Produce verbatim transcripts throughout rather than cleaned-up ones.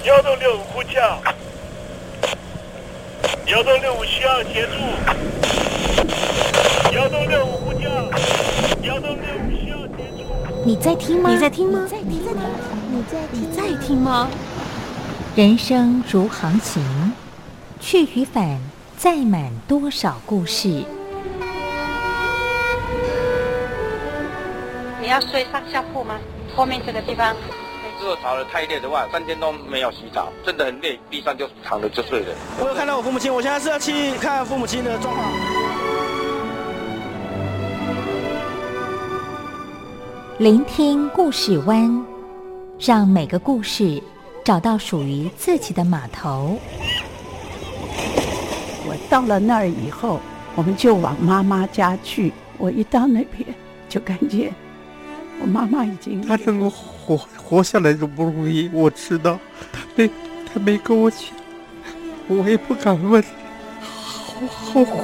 幺洞六五呼叫，幺洞六五需要协助，幺洞六五呼叫，幺洞六五需要协助。 你在听吗？ 你在听吗？ 你在听吗？你在你在听吗？ 人生如航行，去与返，载满多少故事。 你要睡上下铺吗？后面这个地方。 如果吵得太累的话，三天都没有洗澡，真的很累，地上就躺着就睡了。 我有看到我父母亲，我现在是要去看父母亲的状况。 聆听故事湾，让每个故事找到属于自己的码头。 我到了那儿以后，我们就往妈妈家去。我一到那边，就感觉我妈妈已经她能够活活下来都不容易，我知道，她没她没跟我讲，我也不敢问，好好苦。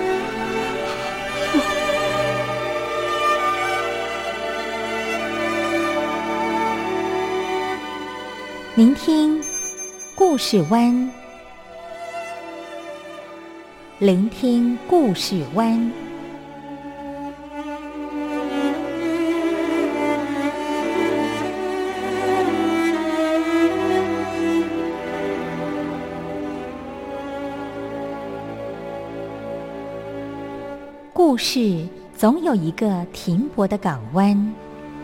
聆听故事湾，聆听故事湾。故事总有一个停泊的港湾。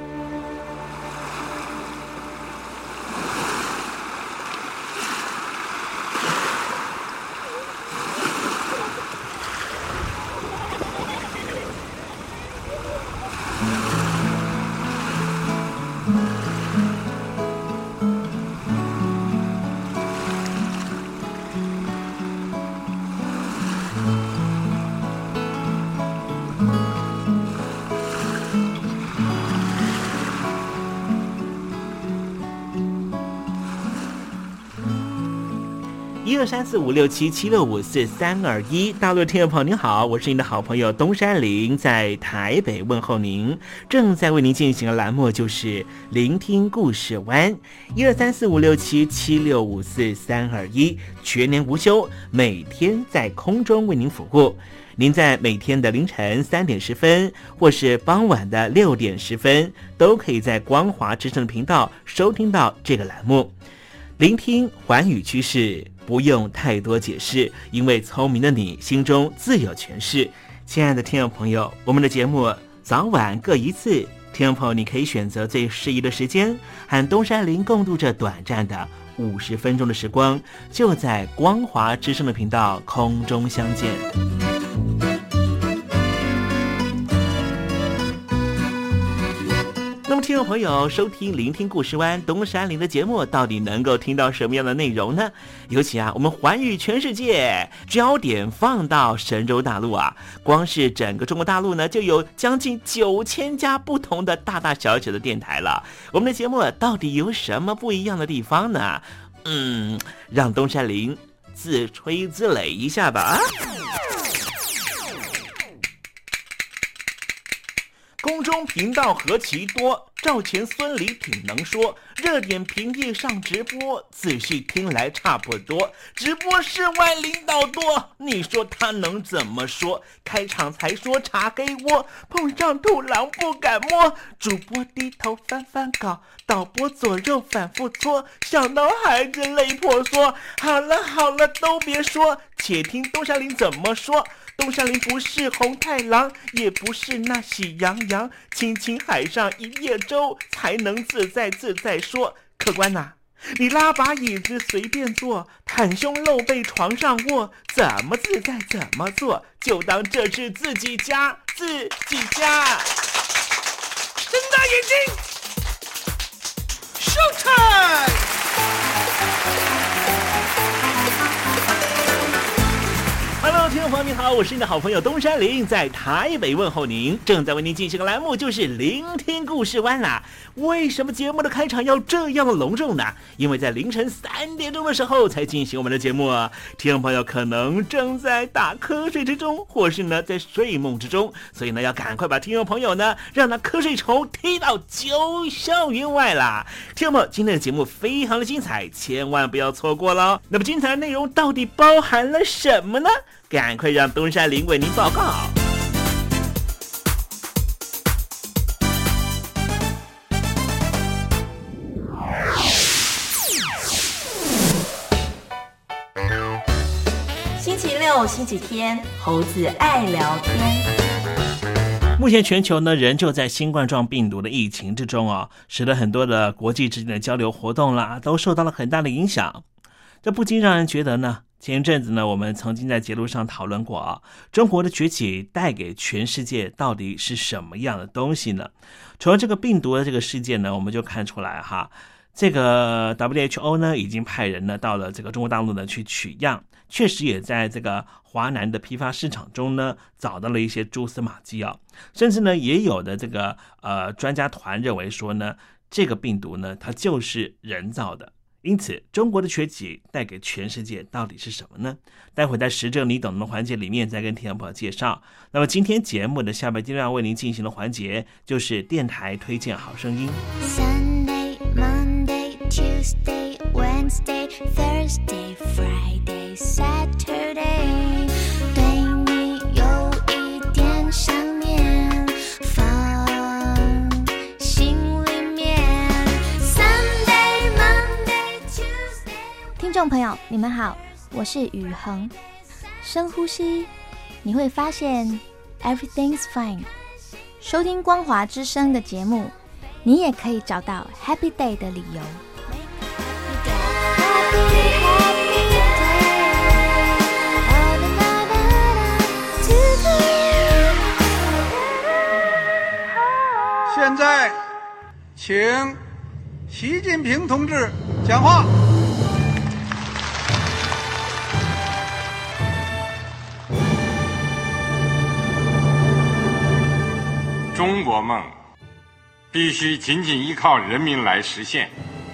一二三四五六七七六五四三二一，大陆的听众朋友您好，我是您的好朋友东山林，在台北问候您。正在为您进行的栏目就是聆听故事湾，一二三四五六七七六五四三二一，全年无休，每天在空中为您服务。您在每天的凌晨三点十分，或是傍晚的六点十分，都可以在光华之声的频道收听到这个栏目。聆听寰宇趋势，不用太多解释，因为聪明的你心中自有诠释。亲爱的听众朋友，我们的节目早晚各一次，听众朋友你可以选择最适宜的时间，和东山林共度这短暂的五十分钟的时光，就在光华之声的频道空中相见。那么听众朋友收听聆听故事湾东山林的节目，到底能够听到什么样的内容呢？尤其啊，我们环宇全世界，焦点放到神州大陆啊，光是整个中国大陆呢，就有将近九千家不同的大大小小的电台了。我们的节目到底有什么不一样的地方呢？嗯，让东山林自吹自擂一下吧。空中频道何其多，赵钱孙李挺能说，热点平地上直播，仔细听来差不多。直播室外领导多，你说他能怎么说？开场才说茶黑窝，碰上土狼不敢摸。主播低头翻翻稿，导播左右反复搓，想到孩子泪婆娑。好了好了，都别说，且听东山林怎么说。东山林不是红太狼，也不是那喜羊羊，亲亲海上一叶舟，才能自在自在说。客官呐、啊，你拉把椅子随便坐，袒胸露背床上卧，怎么自在怎么做，就当这是自己家，自己家。睁大眼睛 ，Show time！Hello， 听众朋朋友你好，我是你的好朋友东山林，在台北问候您。正在为您进行的栏目就是聆听故事湾啦。为什么节目的开场要这样的隆重呢？因为在凌晨三点钟的时候才进行我们的节目啊，听众朋友可能正在打瞌睡之中，或是呢在睡梦之中，所以呢要赶快把听众朋友呢让那瞌睡虫踢到九霄云外啦。听众朋友，今天的节目非常的精彩，千万不要错过了。那么精彩的内容到底包含了什么呢？赶快让东山林为您报告。 星期六、星期天，猴子爱聊天。 目前全球呢仍旧在新冠状病毒的疫情之中哦，使得很多的国际之间的交流活动啦都受到了很大的影响。这不禁让人觉得呢，前一阵子呢，我们曾经在节目上讨论过啊，中国的崛起带给全世界到底是什么样的东西呢？除了这个病毒的这个事件呢，我们就看出来哈，这个 W H O 呢已经派人呢到了这个中国大陆呢去取样，确实也在这个华南的批发市场中呢找到了一些蛛丝马迹啊，甚至呢也有的这个呃专家团认为说呢，这个病毒呢它就是人造的。因此中国的崛起带给全世界到底是什么呢？待会在时政你懂的环节里面再跟听众朋友介绍。那么今天节目的下半阶段为您进行的环节就是电台推荐好声音。 Sunday, Monday, Tuesday, Wednesday, Thursday, Friday, Saturday 对你有一点想念放心里面 Sunday, Monday, Tuesday 听众朋友你们好，我是雨恒。深呼吸，你会发现 Everything's fine。 收听光华之声的节目，你也可以找到 Happy Day 的理由。 现在，请习近平同志讲话。 中国梦必须紧紧依靠人民来实现。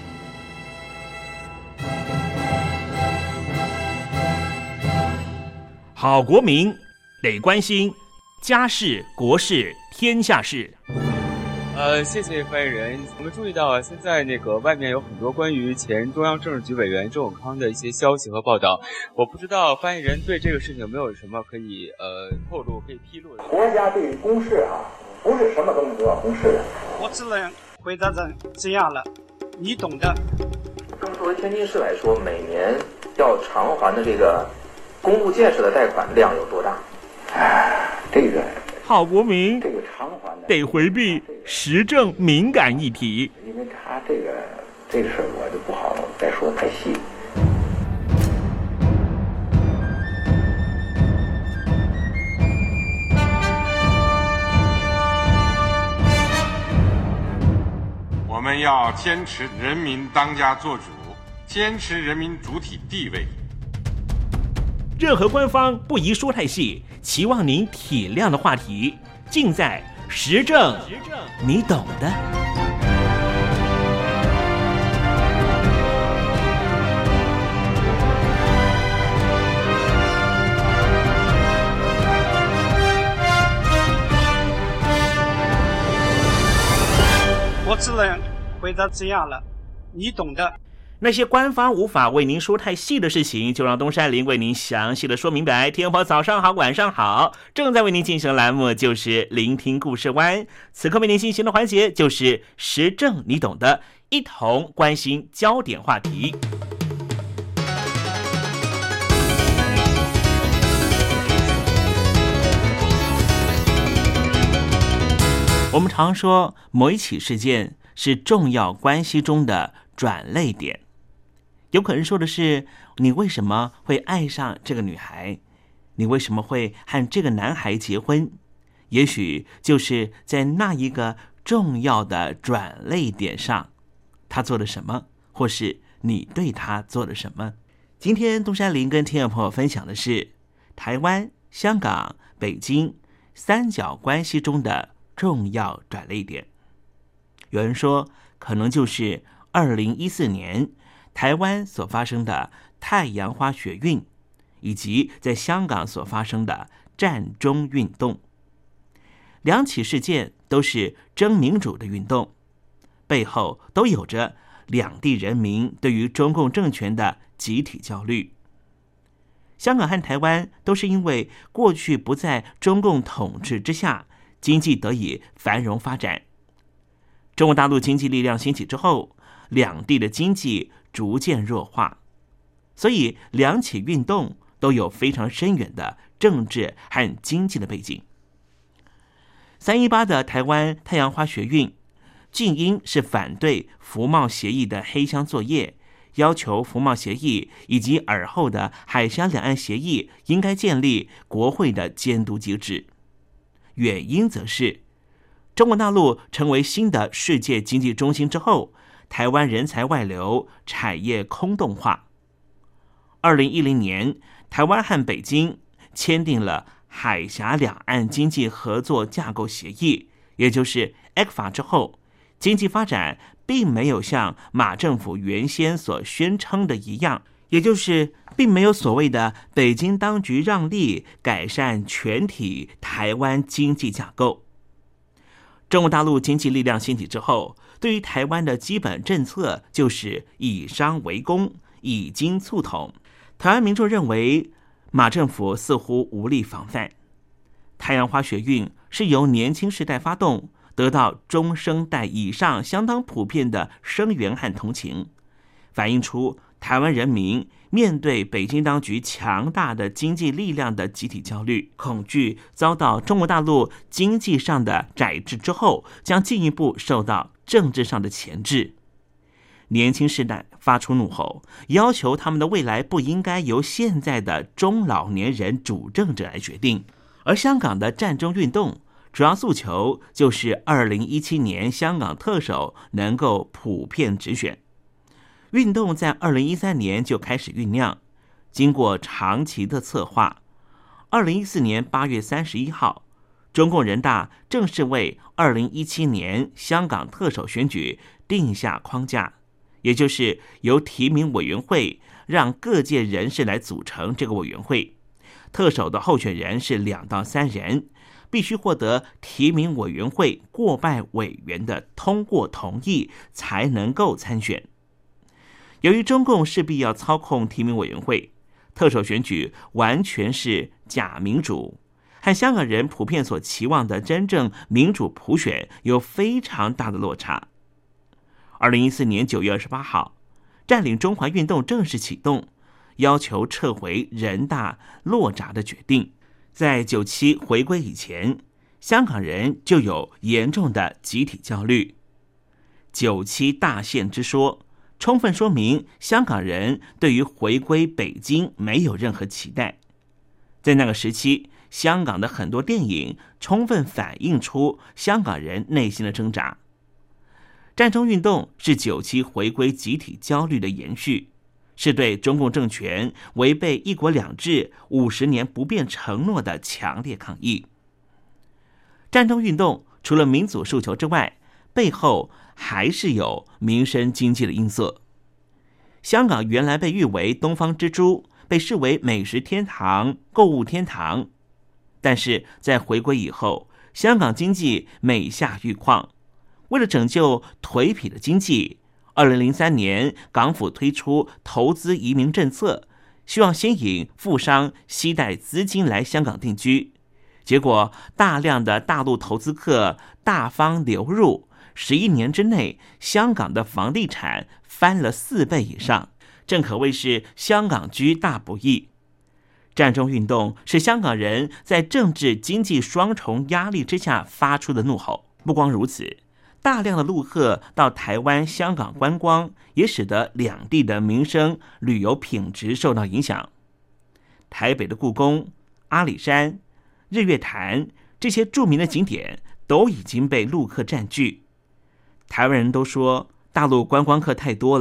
好国民得关心家事、国事、天下事。 呃，谢谢发言人。我们注意到，现在那个外面有很多关于前中央政治局委员周永康的一些消息和报道。我不知道发言人对这个事情有没有什么可以呃透露、可以披露的？ 国家对于公事啊，不是什么东西都要公示的。 我只能回答成这样了，你懂的。 那么作为天津市来说，每年要偿还的这个公路建设的贷款量有多大？哎，这个好国民这个偿还的得回避时政敏感议题， 因为他这个这个事儿我就不好再说太细。 我们要坚持人民当家作主，坚持人民主体地位。 任何官方不宜说太细，期望您体谅的话题，尽在时政，你懂的。 我只能回答这样了，你懂的。 那些官方无法为您说太细的事情，就让东山林为您详细的说明白。听众朋友早上好，晚上好，正在为您进行的栏目就是聆听故事湾，此刻为您进行的环节就是时政你懂的，一同关心焦点话题。我们常说某一起事件是重要关系中的转捩点，有可能说的是你为什么会爱上这个女孩，你为什么会和这个男孩结婚，也许就是在那一个重要的转捩点上，他做了什么，或是你对他做了什么。今天东山林跟听众朋友分享的是台湾香港、北京三角关系中的重要转捩点。有人说，可能就是二零一四年台湾所发生的太阳花学运，以及在香港所发生的战中运动。两起事件都是争民主的运动，背后都有着两地人民对于中共政权的集体焦虑。香港和台湾都是因为过去不在中共统治之下，经济得以繁荣发展。中国大陆经济力量兴起之后，两地的经济逐渐弱化，所以两起运动都有非常深远的政治和经济的背景。三一八的台湾太阳花学运，近因是反对服贸协议的黑箱作业，要求服贸协议以及尔后的海峡两岸协议应该建立国会的监督机制。远因则是中国大陆成为新的世界经济中心之后，台湾人才外流，产业空洞化。二零一零年，台湾和北京签订了海峡两岸经济合作架构协议，也就是 E C F A 之后，经济发展并没有像马政府原先所宣称的一样，也就是并没有所谓的北京当局让利改善全体台湾经济架构。中国大陆经济力量兴起之后，对于台湾的基本政策就是以商为公，以经促统。台湾民众认为马政府似乎无力防范。太阳花学运是由年轻世代发动，得到中生代以上相当普遍的声援和同情，反映出台湾人民面对北京当局强大的经济力量的集体焦虑，恐惧遭到中国大陆经济上的宰制之后，将进一步受到政治上的钳制。年轻世代发出怒吼，要求他们的未来不应该由现在的中老年人主政者来决定。而香港的战中运动主要诉求就是二零一七年香港特首能够普遍直选。运动在二零一三年就开始酝酿，经过长期的策划，二零一四年八月三十一号，中共人大正式为二零一七年香港特首选举定下框架，也就是由提名委员会让各界人士来组成这个委员会，特首的候选人是两到三人，必须获得提名委员会过半委员的通过同意才能够参选。由于中共势必要操控提名委员会，特首选举完全是假民主，和香港人普遍所期望的真正民主普选有非常大的落差。二零一四年九月二十八号，占领中环运动正式启动，要求撤回人大落闸的决定。在九七回归以前，香港人就有严重的集体焦虑。九七大限之说，充分说明香港人对于回归北京没有任何期待。在那个时期，香港的很多电影充分反映出香港人内心的挣扎。战中运动是九七回归集体焦虑的延续，是对中共政权违背一国两制五十年不变承诺的强烈抗议。战中运动除了民主诉求之外，背后还是有民生经济的因素。香港原来被誉为东方之珠，被视为美食天堂、购物天堂，但是在回归以后，香港经济每下愈况。为了拯救颓圮的经济，二零零三年港府推出投资移民政策，希望吸引富商携带资金来香港定居。结果大量的大陆投资客大方流入，十一年之内，香港的房地产翻了四倍以上，正可谓是香港居大不易。战中运动是香港人在政治经济双重压力之下发出的怒吼。不光如此，大量的陆客到台湾、香港观光，也使得两地的民生旅游品质受到影响。台北的故宫、阿里山、日月潭这些著名的景点都已经被陆客占据。台湾人都说大陆观光客太多了，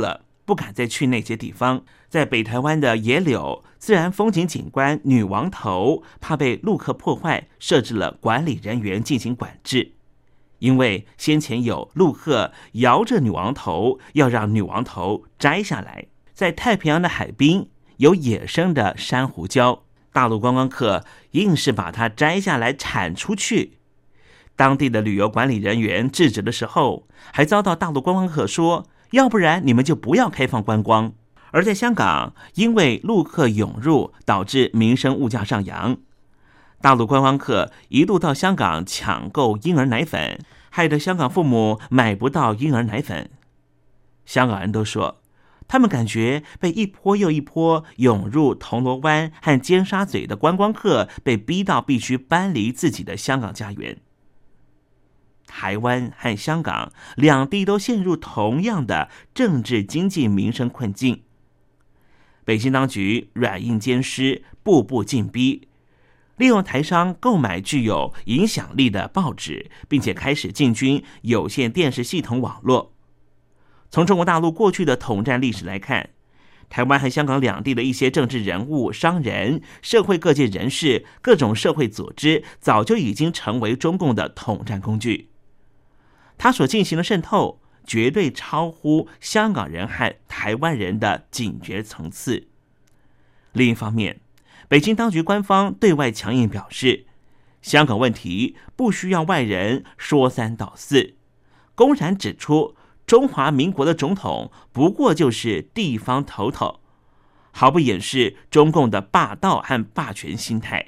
不敢再去那些地方。在北台湾的野柳自然风景景观女王头，怕被陆客破坏，设置了管理人员进行管制。因为先前有陆客摇着女王头，要让女王头摘下来。在太平洋的海滨有野生的珊瑚礁，大陆观光客硬是把它摘下来铲出去。当地的旅游管理人员制止的时候，还遭到大陆观光客说，要不然你们就不要开放观光。而在香港，因为陆客涌入，导致民生物价上扬，大陆观光客一度到香港抢购婴儿奶粉，害得香港父母买不到婴儿奶粉。香港人都说，他们感觉被一波又一波涌入铜锣湾和尖沙咀的观光客被逼到必须搬离自己的香港家园。台湾和香港两地都陷入同样的政治经济民生困境。北京当局软硬兼施，步步进逼，利用台商购买具有影响力的报纸，并且开始进军有线电视系统网络。从中国大陆过去的统战历史来看，台湾和香港两地的一些政治人物、商人、社会各界人士、各种社会组织，早就已经成为中共的统战工具。他所进行的渗透绝对超乎香港人和台湾人的警觉层次。另一方面，北京当局官方对外强硬表示，香港问题不需要外人说三道四，公然指出中华民国的总统不过就是地方头头，毫不掩饰中共的霸道和霸权心态。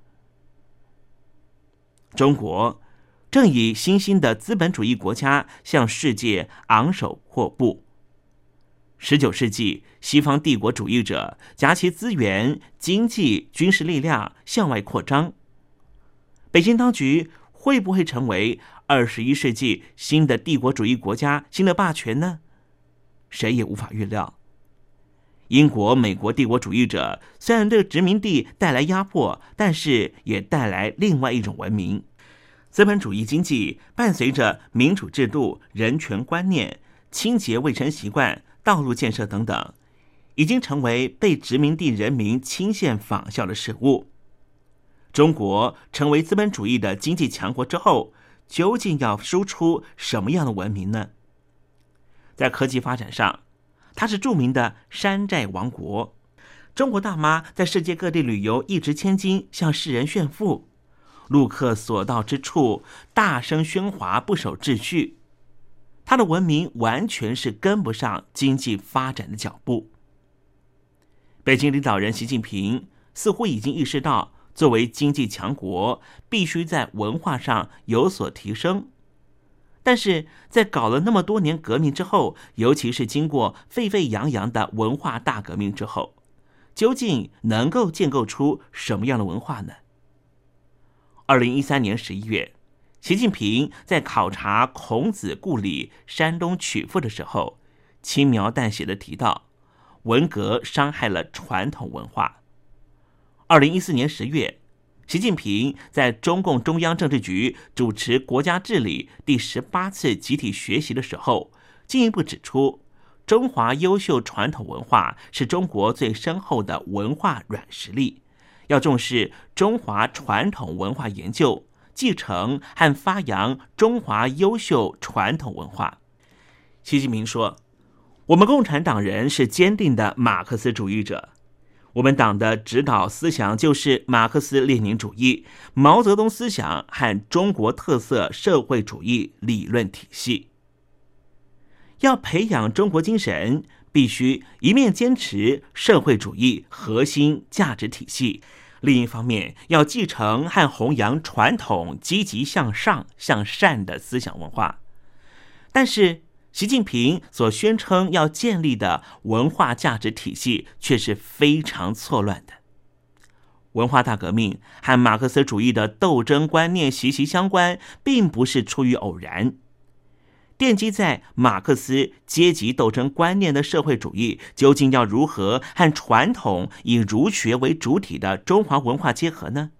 中国正以新兴的资本主义国家向世界昂首阔步。十九世纪，西方帝国主义者夹其资源、经济、军事力量向外扩张。北京当局会不会成为二十一世纪新的帝国主义国家、新的霸权呢？谁也无法预料。英国、美国帝国主义者虽然对殖民地带来压迫，但是也带来另外一种文明。资本主义经济伴随着民主制度、人权观念、清洁卫生习惯、道路建设等等，已经成为被殖民地人民倾羡仿效的事物。中国成为资本主义的经济强国之后，究竟要输出什么样的文明呢？在科技发展上，它是著名的山寨王国。中国大妈在世界各地旅游，一掷千金，向世人炫富。陆客所到之处，大声喧哗，不守秩序。他的文明完全是跟不上经济发展的脚步。北京领导人习近平似乎已经意识到，作为经济强国，必须在文化上有所提升。但是在搞了那么多年革命之后，尤其是经过沸沸扬扬的文化大革命之后，究竟能够建构出什么样的文化呢？二零一三年十一月，习近平在考察孔子故里山东曲阜的时候，轻描淡写的提到，文革伤害了传统文化。二零一四年十月，习近平在中共中央政治局主持国家治理第十八次集体学习的时候，进一步指出，中华优秀传统文化是中国最深厚的文化软实力，要重视中华传统文化研究，继承和发扬中华优秀传统文化。习近平说，我们共产党人是坚定的马克思主义者，我们党的指导思想就是马克思列宁主义、毛泽东思想和中国特色社会主义理论体系。要培养中国精神，必须一面坚持社会主义核心价值体系，另一方面要继承和弘扬传统积极向上向善的思想文化。但是习近平所宣称要建立的文化价值体系却是非常错乱的。文化大革命和马克思主义的斗争观念息息相关，并不是出于偶然。奠基在马克思阶级斗争观念的社会主义，究竟要如何和传统以儒学为主体的中华文化结合呢？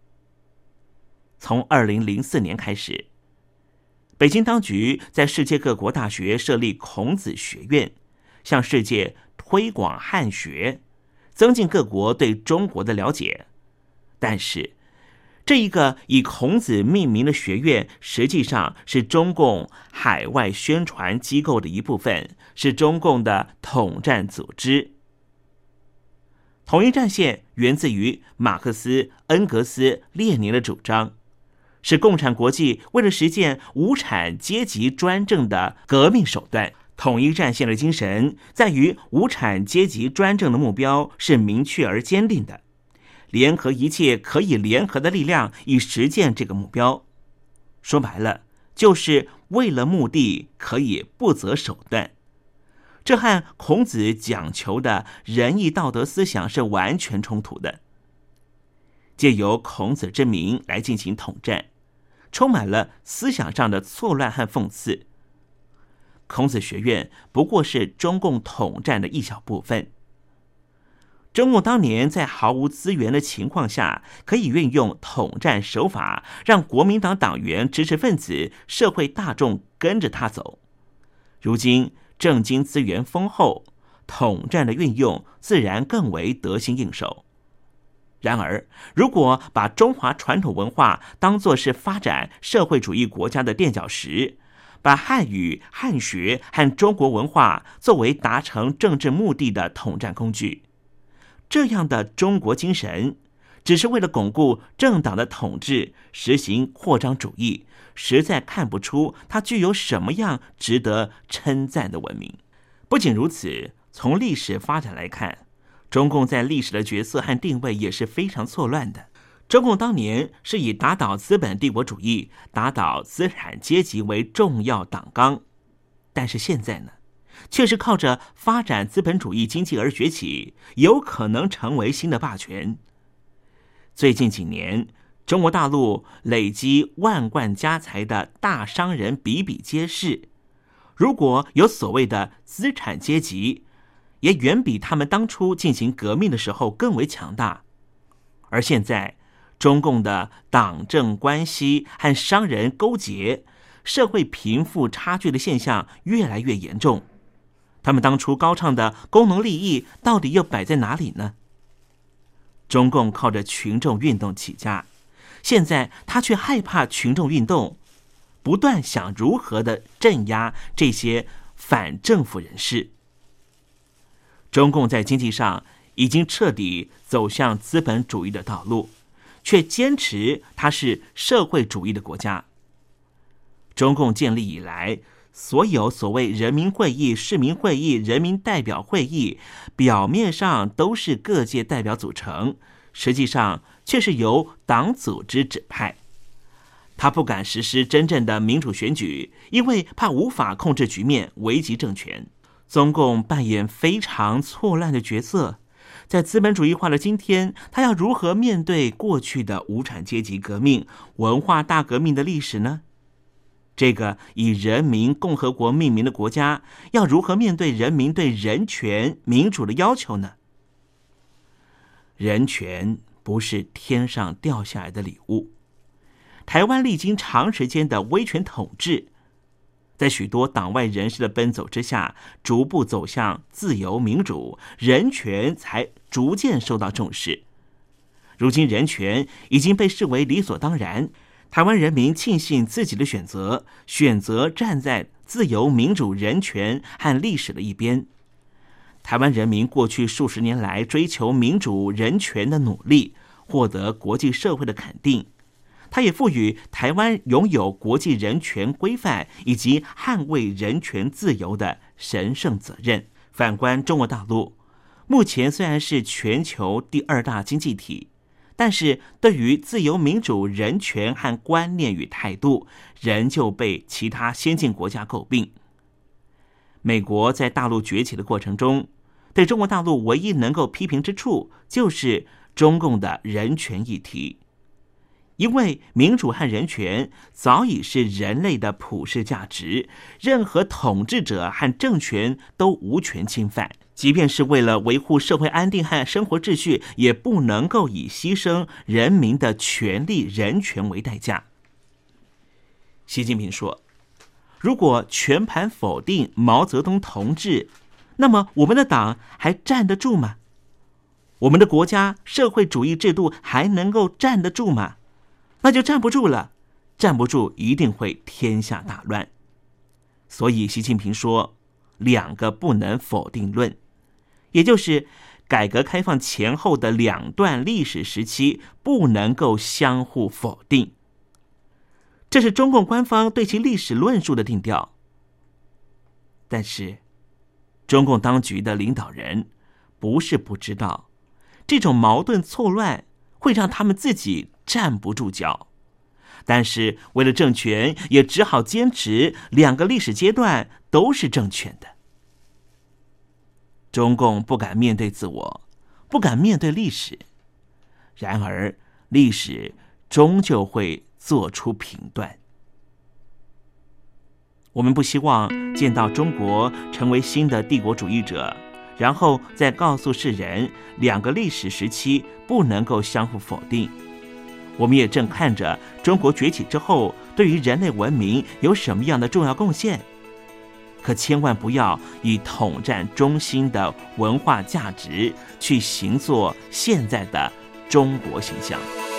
从二零零四年开始，北京当局在世界各国大学设立孔子学院， 向世界推广汉学，增进各国对中国的了解。但是这一个以孔子命名的学院，实际上是中共海外宣传机构的一部分，是中共的统战组织。统一战线源自于马克思、恩格斯、列宁的主张，是共产国际为了实现无产阶级专政的革命手段。统一战线的精神在于无产阶级专政的目标是明确而坚定的，联合一切可以联合的力量以实现这个目标。说白了，就是为了目的可以不择手段。这和孔子讲求的仁义道德思想是完全冲突的。借由孔子之名来进行统战，充满了思想上的错乱和讽刺。孔子学院不过是中共统战的一小部分。中共当年在毫无资源的情况下，可以运用统战手法，让国民党党员、知识分子、社会大众跟着他走。如今政经资源丰厚，统战的运用自然更为得心应手。然而，如果把中华传统文化当作是发展社会主义国家的垫脚石，把汉语、汉学和中国文化作为达成政治目的的统战工具，这样的中国精神只是为了巩固政党的统治，实行扩张主义，实在看不出它具有什么样值得称赞的文明。不仅如此，从历史发展来看，中共在历史的角色和定位也是非常错乱的。中共当年是以打倒资本帝国主义、打倒资产阶级为重要党纲，但是现在呢，却是靠着发展资本主义经济而崛起，有可能成为新的霸权。最近几年，中国大陆累积万贯家财的大商人比比皆是，如果有所谓的资产阶级，也远比他们当初进行革命的时候更为强大。而现在中共的党政关系和商人勾结，社会贫富差距的现象越来越严重。他们当初高唱的公农利益到底又摆在哪里呢？中共靠着群众运动起家，现在他却害怕群众运动，不断想如何的镇压这些反政府人士。中共在经济上已经彻底走向资本主义的道路，却坚持它是社会主义的国家。中共建立以来，所有所谓人民会议、市民会议、人民代表会议，表面上都是各界代表组成，实际上却是由党组织指派。他不敢实施真正的民主选举，因为怕无法控制局面，危及政权。中共扮演非常错乱的角色。在资本主义化的今天，他要如何面对过去的无产阶级革命、文化大革命的历史呢？这个以人民共和国命名的国家，要如何面对人民对人权、民主的要求呢？人权不是天上掉下来的礼物。台湾历经长时间的威权统治，在许多党外人士的奔走之下，逐步走向自由民主，人权才逐渐受到重视。如今人权已经被视为理所当然，台湾人民庆幸自己的选择，选择站在自由民主人权和历史的一边。台湾人民过去数十年来追求民主人权的努力，获得国际社会的肯定。他也赋予台湾拥有国际人权规范以及捍卫人权自由的神圣责任。反观中国大陆，目前虽然是全球第二大经济体，但是对于自由民主人权和观念与态度，仍旧被其他先进国家诟病。美国在大陆崛起的过程中，对中国大陆唯一能够批评之处，就是中共的人权议题。因为民主和人权早已是人类的普世价值，任何统治者和政权都无权侵犯，即便是为了维护社会安定和生活秩序，也不能够以牺牲人民的权利、人权为代价。习近平说，如果全盘否定毛泽东同志， 那么我们的党还站得住吗？我们的国家社会主义制度还能够站得住吗？那就站不住了，站不住一定会天下大乱。所以习近平说两个不能否定论，也就是改革开放前后的两段历史时期不能够相互否定，这是中共官方对其历史论述的定调。但是中共当局的领导人不是不知道这种矛盾错乱会让他们自己站不住脚，但是为了政权也只好坚持两个历史阶段都是正确的。中共不敢面对自我，不敢面对历史，然而历史终究会做出评断。我们不希望见到中国成为新的帝国主义者，然后再告诉世人两个历史时期不能够相互否定。我们也正看着中国崛起之后对于人类文明有什么样的重要贡献，可千万不要以统战中心的文化价值去形塑现在的中国形象。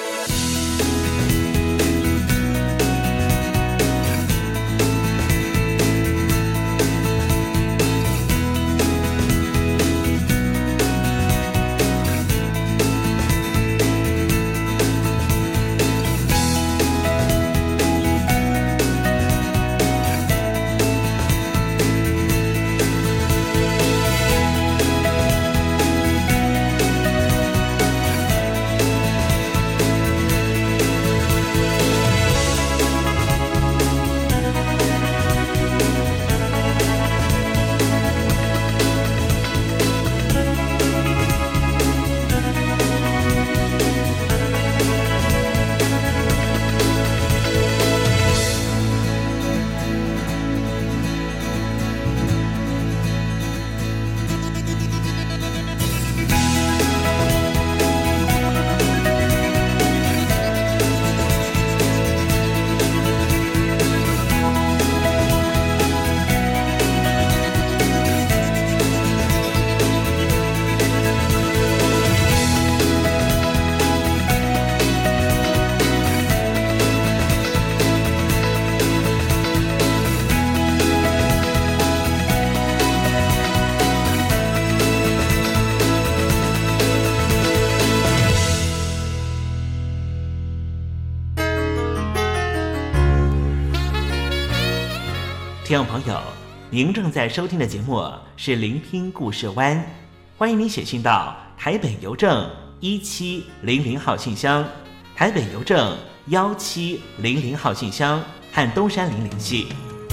听众朋友，您正在收听的节目是聆听故事湾，欢迎您写信到台北邮政一七零零号信箱，台北邮政幺七零零号信箱，和东山林联系。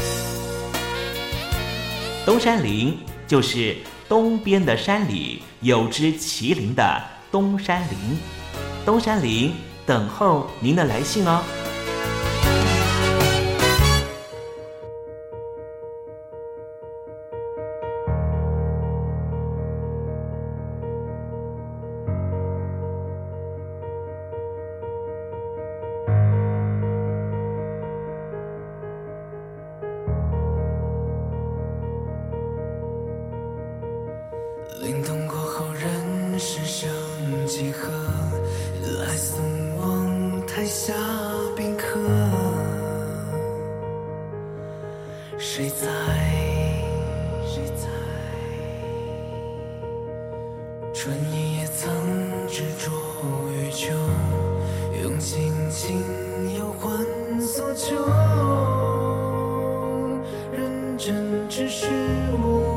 东山林就是东边的山里有只麒麟的东山林，东山林等候您的来信哦。 凛冬过后人世生几何，来送往台下宾客。谁在谁在春意也曾执着于秋，用心情忧欢所求，认真只是我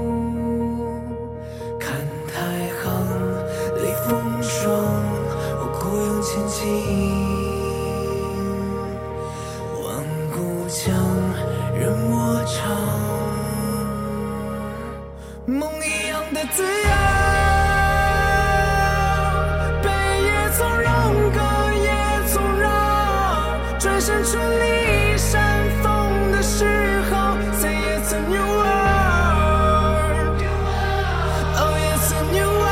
千金万古墙任我唱，梦一样的自由，悲也从容，歌也从容，转身春里山峰的时候，谁也曾有爱，哦也曾有爱。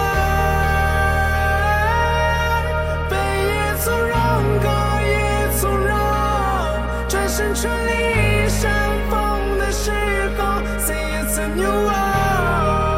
春里山峰的时候，谁也曾有爱。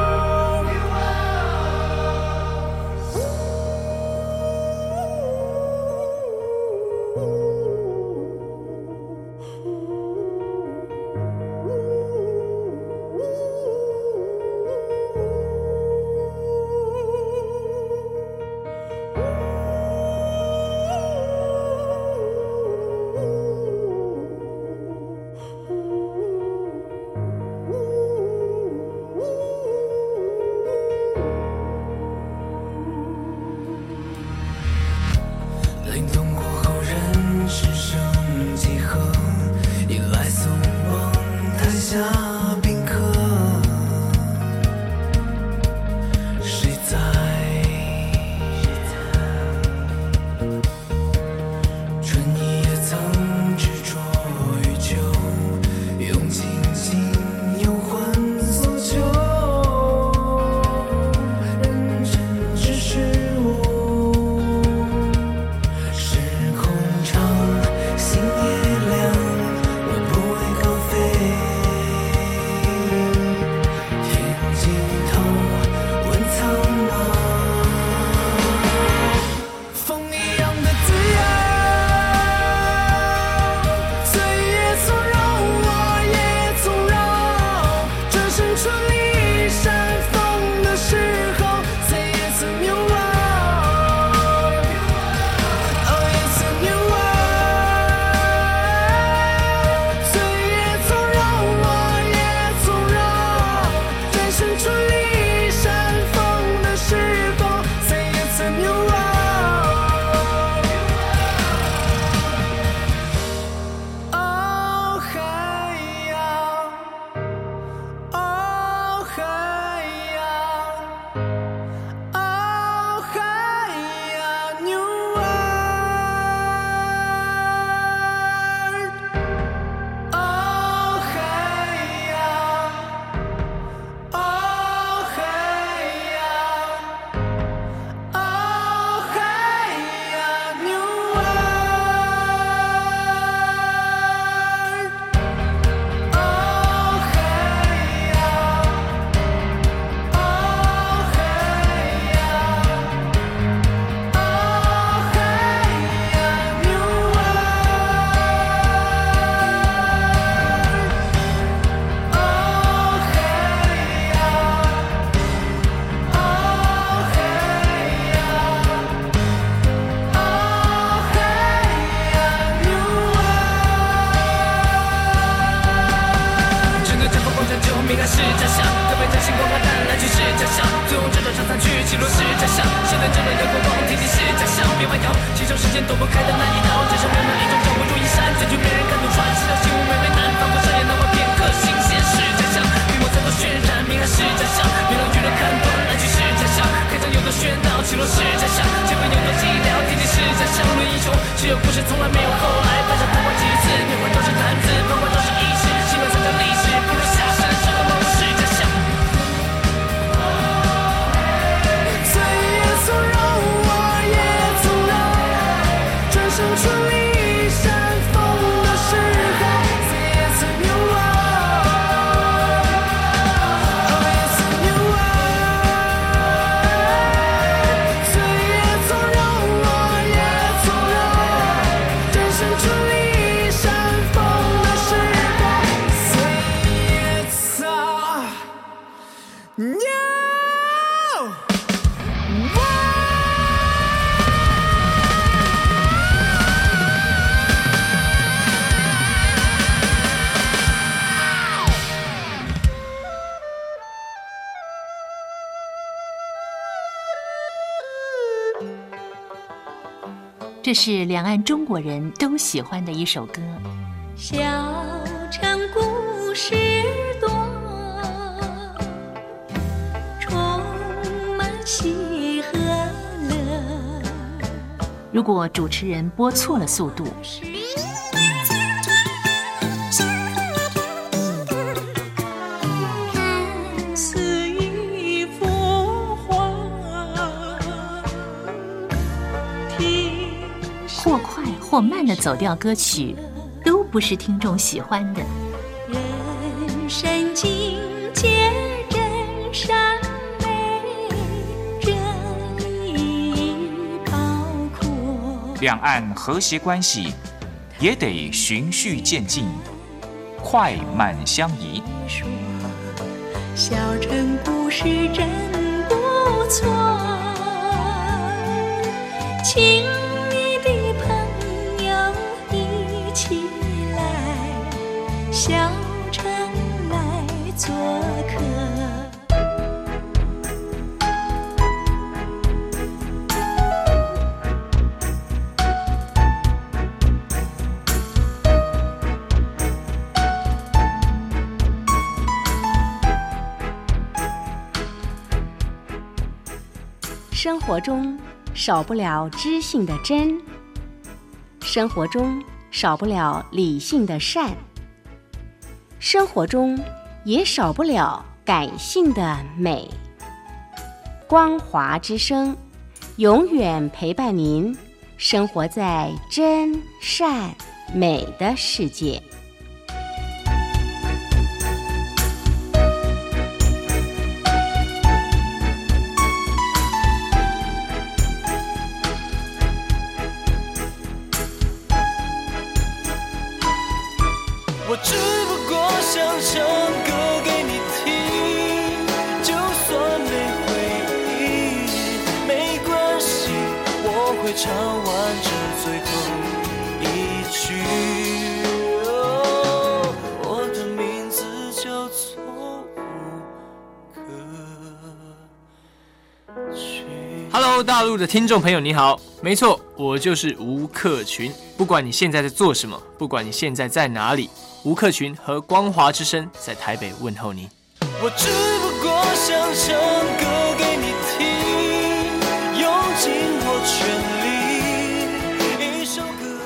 起落是假象。现在这么热过往，天地是假象，别弯腰，接受时间躲不开的那一刀，接受温暖一种叫我如一山，最具被人看懂穿，是条新闻每每难放过商业，那么片刻新鲜是假象，笔墨再多渲染，明暗是假象，别让舆论看短，安居是假象，开场有多喧闹，起落是假象，结尾有多寂寥，天地是假象，论英雄只有故事，从来没有后来，摆上破坏几次，面环都是坛子，碰坏都是意识，新闻参加历史，不如下山，是个梦是假象。岁月纵容我也纵容，转身处理山峰的时候，谁也曾有我，哦也曾有我。岁月纵容我也纵容，转身处理山峰的时候，谁也曾有。 这是两岸中国人都喜欢的一首歌。 小城故事多，充满喜和乐。 如果主持人播错了速度， 看似一幅画， 或快或慢的走调歌曲，都不是听众喜欢的。 人生境界真善美，这一包括。 两岸和谐关系也得循序渐进，快慢相宜。 小城故事真不错，请你的朋友一起来，小城来做客。 生活中少不了知性的真，生活中少不了理性的善，生活中也少不了感性的美。光华之声永远陪伴您生活在真善美的世界。 我只不过想唱歌给你听，就算没回应没关系，我会唱完这最后一句。哦，我的名字叫做吴克群。 Hello， 大陆的听众朋友你好，没错，我就是吴克群。不管你现在在做什么，不管你现在在哪里，吴克群和光华之声在台北问候您。 我只不过想唱歌给你听，用尽我全力，一首歌。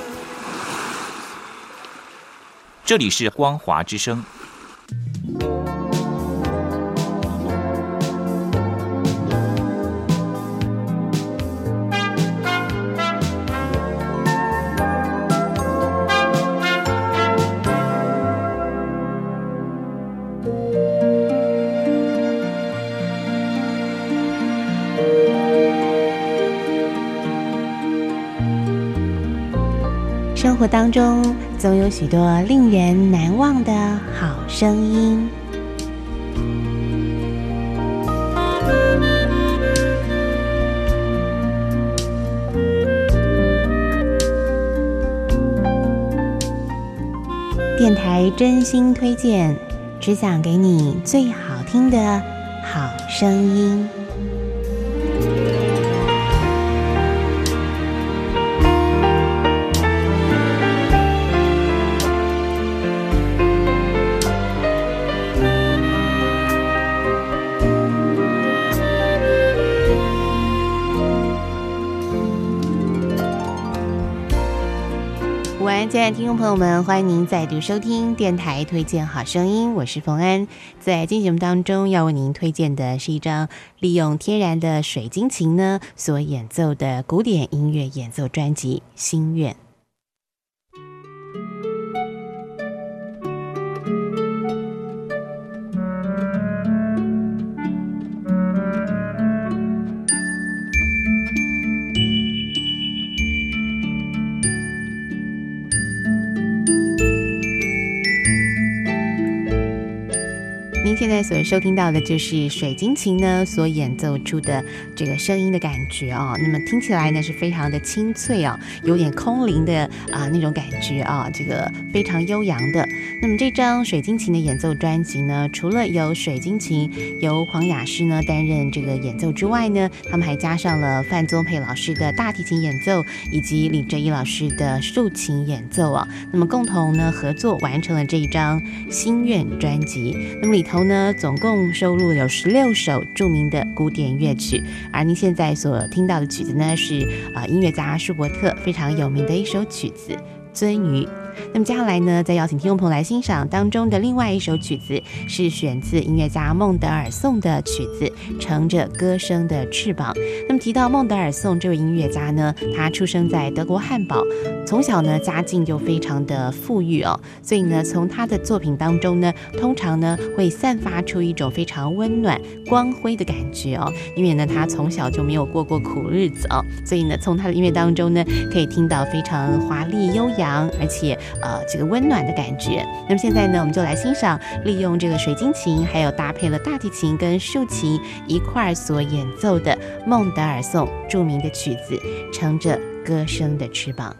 这里是光华之声。 生活当中总有许多令人难忘的好声音。电台真心推荐，只想给你最好听的好声音。 安，亲爱的听众朋友们，欢迎您再度收听电台推荐好声音，我是冯安。在今天节目当中，要为您推荐的是一张利用天然的水晶琴呢所演奏的古典音乐演奏专辑《心愿》。您现在所收听到的就是水晶琴呢所演奏出的这个声音的感觉啊、哦，那么听起来呢是非常的清脆啊，有点空灵的啊那种感觉啊，这个非常悠扬的。那么这张水晶琴的演奏专辑呢，除了有水晶琴由黄雅诗呢担任这个演奏之外呢，他们还加上了范宗沛老师的大提琴演奏以及李哲一老师的竖琴演奏啊，那么共同呢合作完成了这一张心愿专辑。那么里头呢总共收录有十六首著名的古典乐曲，而您现在所听到的曲子呢是啊、呃、音乐家舒伯特非常有名的一首曲子《鳟鱼》。那么接下来呢，再邀请听众朋友来欣赏当中的另外一首曲子，是选自音乐家孟德尔颂的曲子《乘着歌声的翅膀》。那么提到孟德尔颂这位音乐家呢，他出生在德国汉堡，从小呢家境就非常的富裕哦，所以呢从他的作品当中呢，通常呢会散发出一种非常温暖光辉的感觉哦，因为呢他从小就没有过过苦日子哦，所以呢从他的音乐当中呢，可以听到非常华丽悠扬，而且呃，这个温暖的感觉。那么现在呢，我们就来欣赏利用这个水晶琴，还有搭配了大提琴跟竖琴一块所演奏的孟德尔颂著名的曲子《乘着歌声的翅膀》。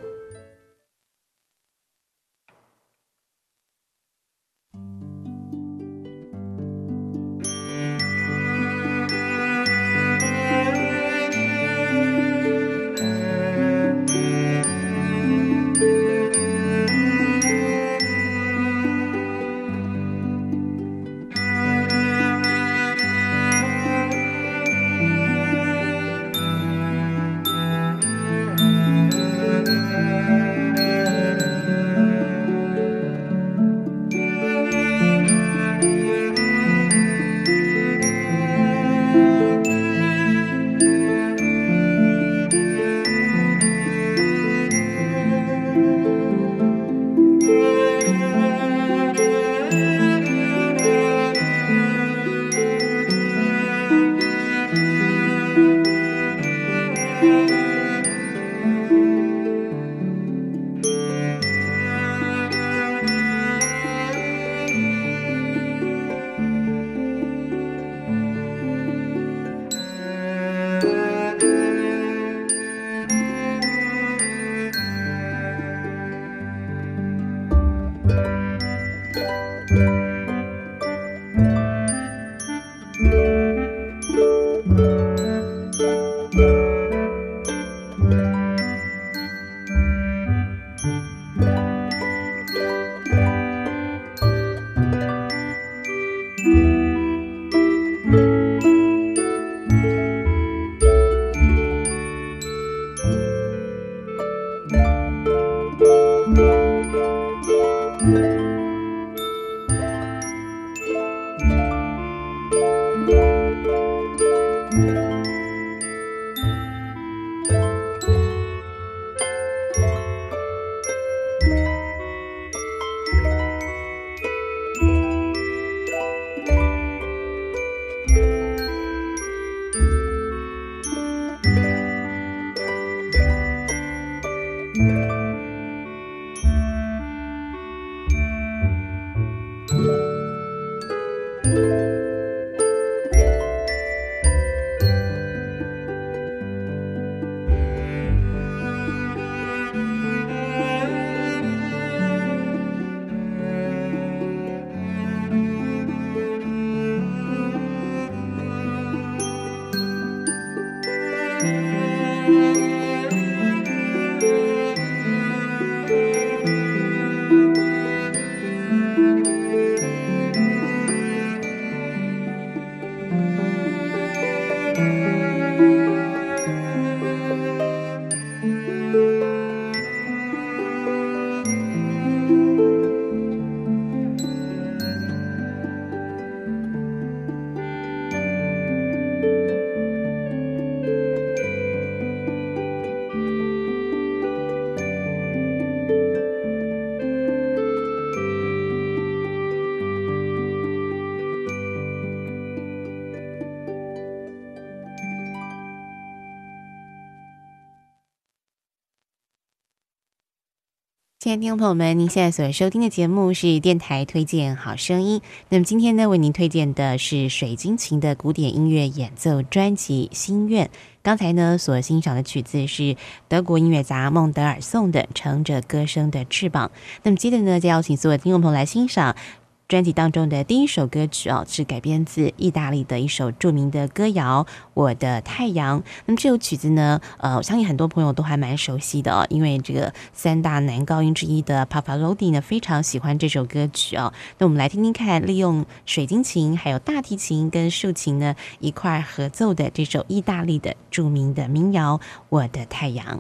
亲爱的听众朋友们，您现在所收听的节目是电台推荐好声音。那么今天呢，为您推荐的是水晶琴的古典音乐演奏专辑《心愿》。刚才呢，所欣赏的曲子是德国音乐家孟德尔颂的《乘着歌声的翅膀》。那么接着呢，就邀请所有听众朋友来欣赏专辑当中的第一首歌曲哦，是改编自意大利的一首著名的歌谣《我的太阳》。那么这首曲子呢，呃，我相信很多朋友都还蛮熟悉的哦，因为这个三大男高音之一的 Pavarotti 呢，非常喜欢这首歌曲哦。那我们来听听看，利用水晶琴、还有大提琴跟竖琴呢一块合奏的这首意大利的著名的民谣《我的太阳》。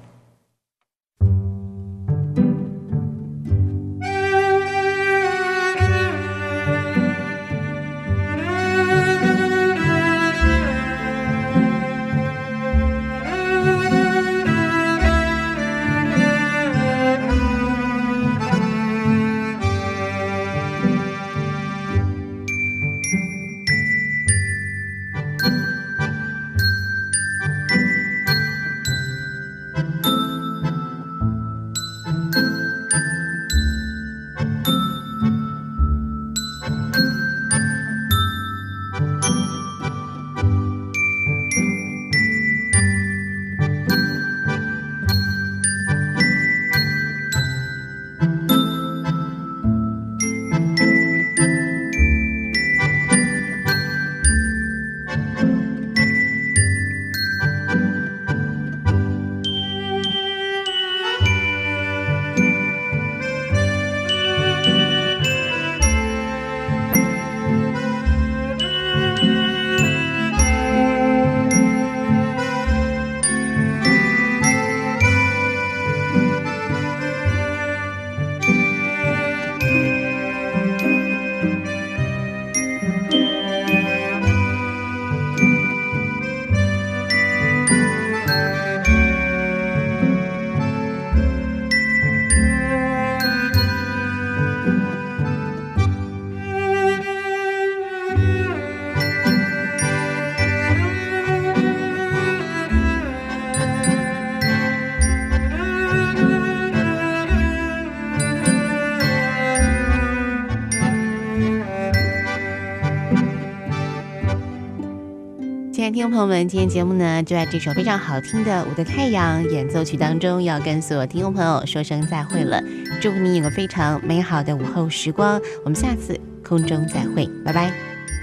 亲爱的听众朋友们，今天节目呢就在这首非常好听的《我的太阳》演奏曲当中，要跟所有听众朋友说声再会了。祝福你有个非常美好的午后时光，我们下次空中再会，拜拜。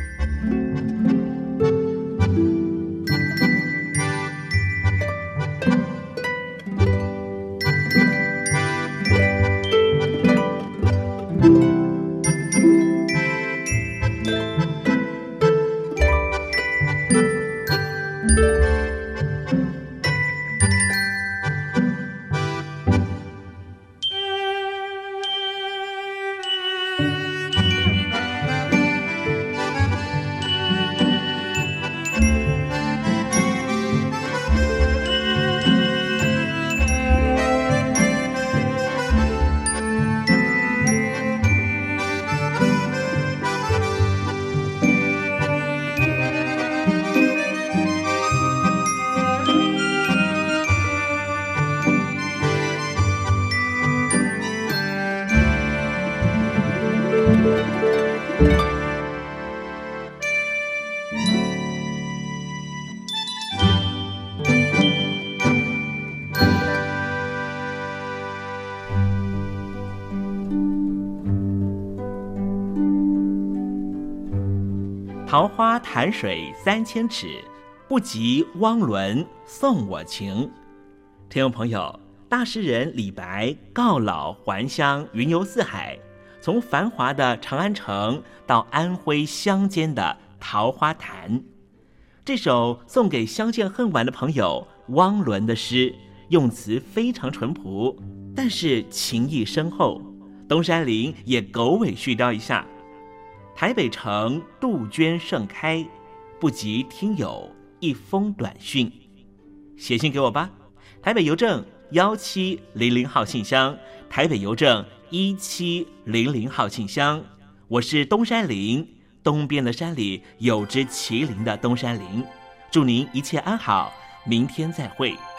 桃花潭水三千尺，不及汪伦送我情。听众朋友，大诗人李白告老还乡，云游四海，从繁华的长安城到安徽乡间的桃花潭。这首送给相见恨晚的朋友汪伦的诗，用词非常淳朴，但是情意深厚。东山林也狗尾续貂一下：台北城杜鹃盛开，不及听友一封短讯。写信给我吧，台北邮政一七零零号信箱，台北邮政一七零零号信箱。我是东山林，东边的山里有只麒麟的东山林。祝您一切安好，明天再会。